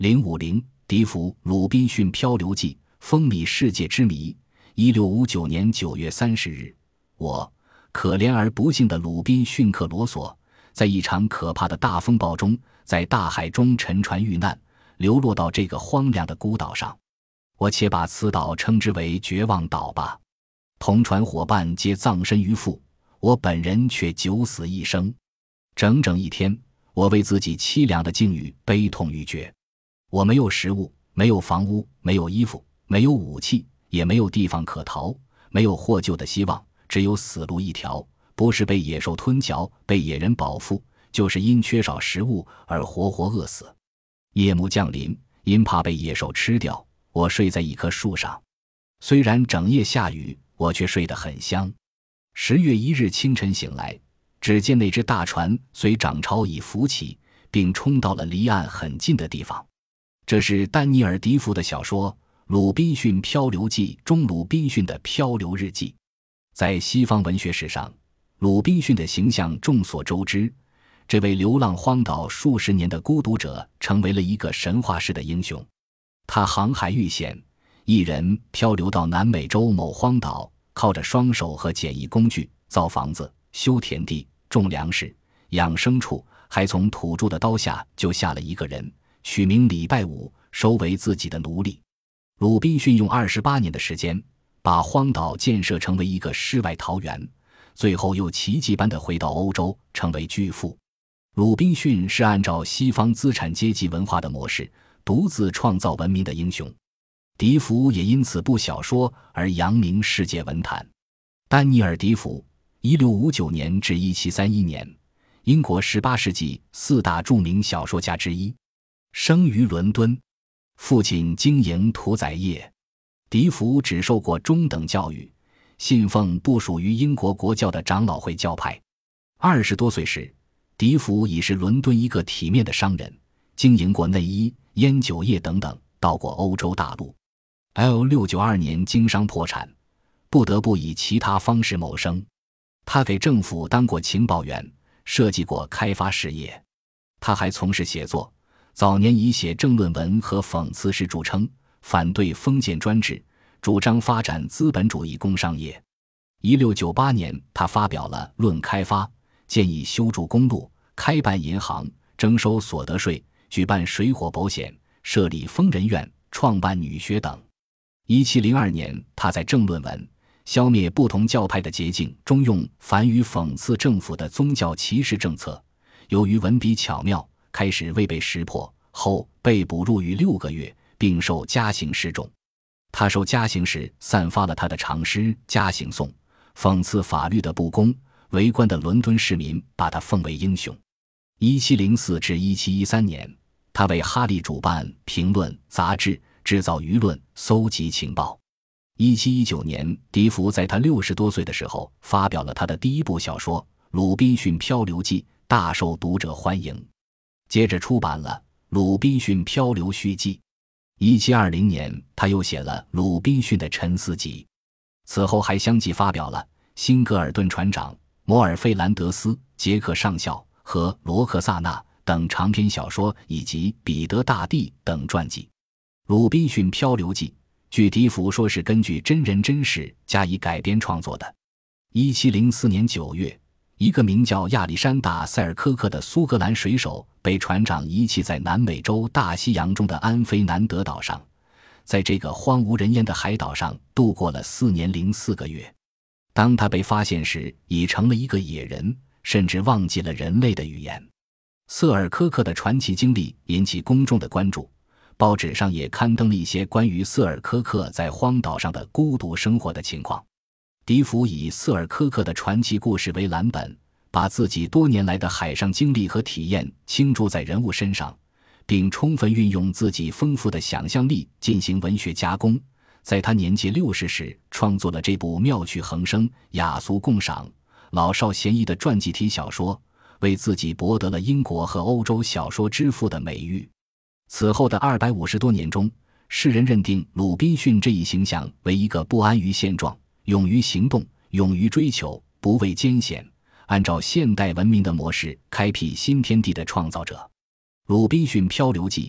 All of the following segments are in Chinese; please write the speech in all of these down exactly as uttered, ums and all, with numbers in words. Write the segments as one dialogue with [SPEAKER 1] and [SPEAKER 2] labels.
[SPEAKER 1] 零五零笛福《鲁滨逊漂流记》风靡世界之谜。一六五九年九月三十日，我可怜而不幸的鲁滨逊克罗索，在一场可怕的大风暴中，在大海中沉船遇难，流落到这个荒凉的孤岛上。我且把此岛称之为绝望岛吧。同船伙伴皆葬身鱼腹，我本人却九死一生。整整一天，我为自己凄凉的境遇悲痛欲绝。我没有食物，没有房屋，没有衣服，没有武器，也没有地方可逃，没有获救的希望，只有死路一条，不是被野兽吞嚼，被野人饱腹，就是因缺少食物而活活饿死。夜幕降临，因怕被野兽吃掉，我睡在一棵树上。虽然整夜下雨，我却睡得很香。十月一日清晨醒来，只见那只大船随涨潮已浮起，并冲到了离岸很近的地方。这是丹尼尔·笛福的小说《鲁滨逊漂流记》中鲁滨逊的漂流日记。在西方文学史上，鲁滨逊的形象众所周知，这位流浪荒岛数十年的孤独者成为了一个神话式的英雄。他航海遇险，一人漂流到南美洲某荒岛，靠着双手和简易工具造房子、修田地、种粮食、养牲畜，还从土著的刀下救下了一个人，取名礼拜五，收为自己的奴隶。鲁滨逊用二十八年的时间，把荒岛建设成为一个世外桃源，最后又奇迹般地回到欧洲，成为巨富。鲁滨逊是按照西方资产阶级文化的模式，独自创造文明的英雄。笛福也因此部小说而扬名世界文坛。丹尼尔·笛福一六五九年至一七三一年，英国十八世纪四大著名小说家之一，生于伦敦，父亲经营屠宰业。笛福只受过中等教育，信奉不属于英国国教的长老会教派。二十多岁时，笛福已是伦敦一个体面的商人，经营过内衣、烟酒业等等，到过欧洲大陆。一六九二年经商破产，不得不以其他方式谋生。他给政府当过情报员，设计过开发事业。他还从事写作，早年以写政论文和讽刺诗著称，反对封建专制，主张发展资本主义工商业。一六九八年，他发表了《论开发》，建议修筑公路、开办银行、征收所得税、举办水火保险、设立疯人院、创办女学等。一七零二年，他在政论文消灭不同教派的捷径中用反语讽刺政府的宗教歧视政策，由于文笔巧妙，开始未被识破，后被捕入狱六个月，并受加刑示众。他受加刑时散发了他的长诗《加刑颂》，讽刺法律的不公，围观的伦敦市民把他奉为英雄。一七零四至一七一三年，他为哈利主办评论杂志，制造舆论，搜集情报。一七一九年，笛福在他六十多岁的时候发表了他的第一部小说《鲁滨逊漂流记》，大受读者欢迎。接着出版了《鲁滨逊漂流续记》。一七二零年，他又写了《鲁滨逊的沉思集》。此后还相继发表了《辛格尔顿船长》、《摩尔费兰德斯》、《杰克上校》和《罗克萨纳》等长篇小说，以及《彼得大帝》等传记。《鲁滨逊漂流记》据笛福说是根据真人真事加以改编创作的。一七零四年九月，一个名叫亚历山大·塞尔科克的苏格兰水手被船长遗弃在南美洲大西洋中的安菲南德岛上，在这个荒无人烟的海岛上度过了四年零四个月。当他被发现时，已成了一个野人，甚至忘记了人类的语言。瑟尔科克的传奇经历引起公众的关注，报纸上也刊登了一些关于瑟尔科克在荒岛上的孤独生活的情况。笛福以瑟尔科克的传奇故事为蓝本，把自己多年来的海上经历和体验倾注在人物身上，并充分运用自己丰富的想象力进行文学加工。在他年届六十时，创作了这部妙趣横生、雅俗共赏、老少咸宜的传记体小说，为自己博得了英国和欧洲小说之父的美誉。此后的二百五十多年中，世人认定鲁滨逊这一形象为一个不安于现状、勇于行动、勇于追求、不畏艰险，按照现代文明的模式开辟新天地的创造者。鲁滨逊漂流记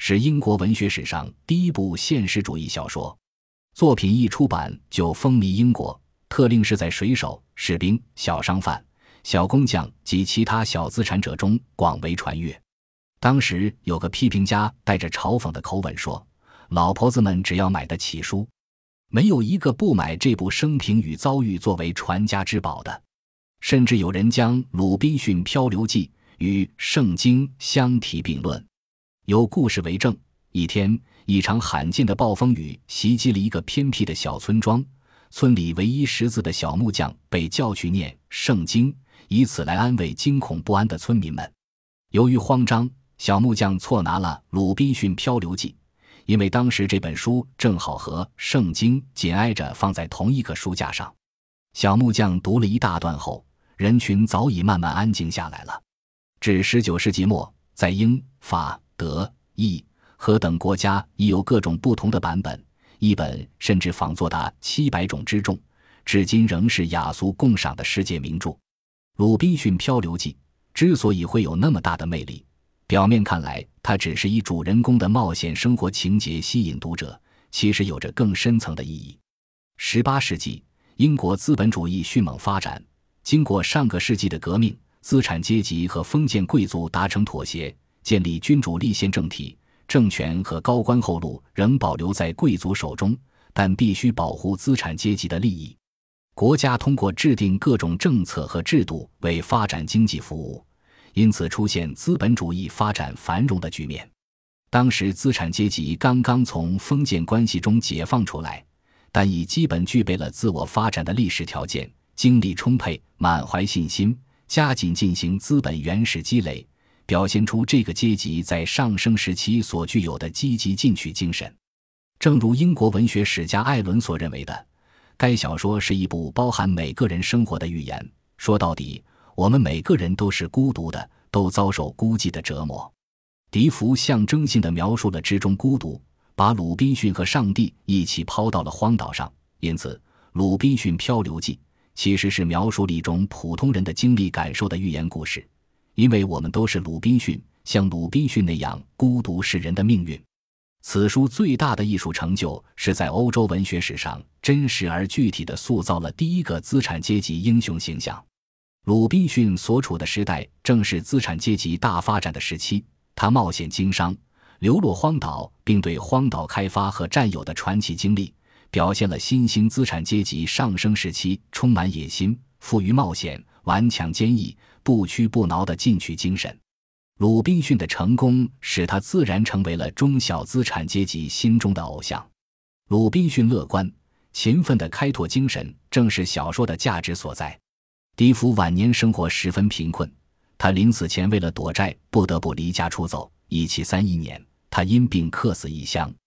[SPEAKER 1] 是英国文学史上第一部现实主义小说。作品一出版就风靡英国，特令是在水手、士兵、小商贩、小工匠及其他小资产者中广为传阅。当时有个批评家带着嘲讽的口吻说，老婆子们只要买得起书，没有一个不买这部生平与遭遇作为传家之宝的。甚至有人将《鲁滨逊漂流记》与《圣经》相提并论。有故事为证，一天，一场罕见的暴风雨袭击了一个偏僻的小村庄，村里唯一识字的小木匠被叫去念《圣经》，以此来安慰惊恐不安的村民们。由于慌张，小木匠错拿了《鲁滨逊漂流记》，因为当时这本书正好和《圣经》紧挨着放在同一个书架上。小木匠读了一大段后，人群早已慢慢安静下来了。至十九世纪末，在英、法、德、意、荷等国家已有各种不同的版本，译本甚至仿作达七百种之众，至今仍是雅俗共赏的世界名著。《鲁滨逊漂流记》之所以会有那么大的魅力，表面看来它只是以主人公的冒险生活情节吸引读者，其实有着更深层的意义。十八世纪，英国资本主义迅猛发展，经过上个世纪的革命，资产阶级和封建贵族达成妥协，建立君主立宪政体，政权和高官厚禄仍保留在贵族手中，但必须保护资产阶级的利益。国家通过制定各种政策和制度为发展经济服务，因此出现资本主义发展繁荣的局面。当时资产阶级刚刚从封建关系中解放出来，但已基本具备了自我发展的历史条件，精力充沛，满怀信心，加紧进行资本原始积累，表现出这个阶级在上升时期所具有的积极进取精神。正如英国文学史家艾伦所认为的，该小说是一部包含每个人生活的寓言。说到底，我们每个人都是孤独的，都遭受孤寂的折磨。笛福象征性地描述了之中孤独，把鲁滨逊和上帝一起抛到了荒岛上，因此《鲁滨逊漂流记》其实是描述了一种普通人的经历感受的寓言故事，因为我们都是鲁滨逊，像鲁滨逊那样孤独是人的命运。此书最大的艺术成就是在欧洲文学史上真实而具体地塑造了第一个资产阶级英雄形象。鲁滨逊所处的时代正是资产阶级大发展的时期，他冒险经商，流落荒岛，并对荒岛开发和占有的传奇经历，表现了新兴资产阶级上升时期充满野心、富于冒险、顽强坚毅、不屈不挠的进取精神。鲁滨逊的成功使他自然成为了中小资产阶级心中的偶像。鲁滨逊乐观、勤奋的开拓精神正是小说的价值所在。笛福晚年生活十分贫困，他临死前为了躲债不得不离家出走。一七三一年，他因病客死异乡。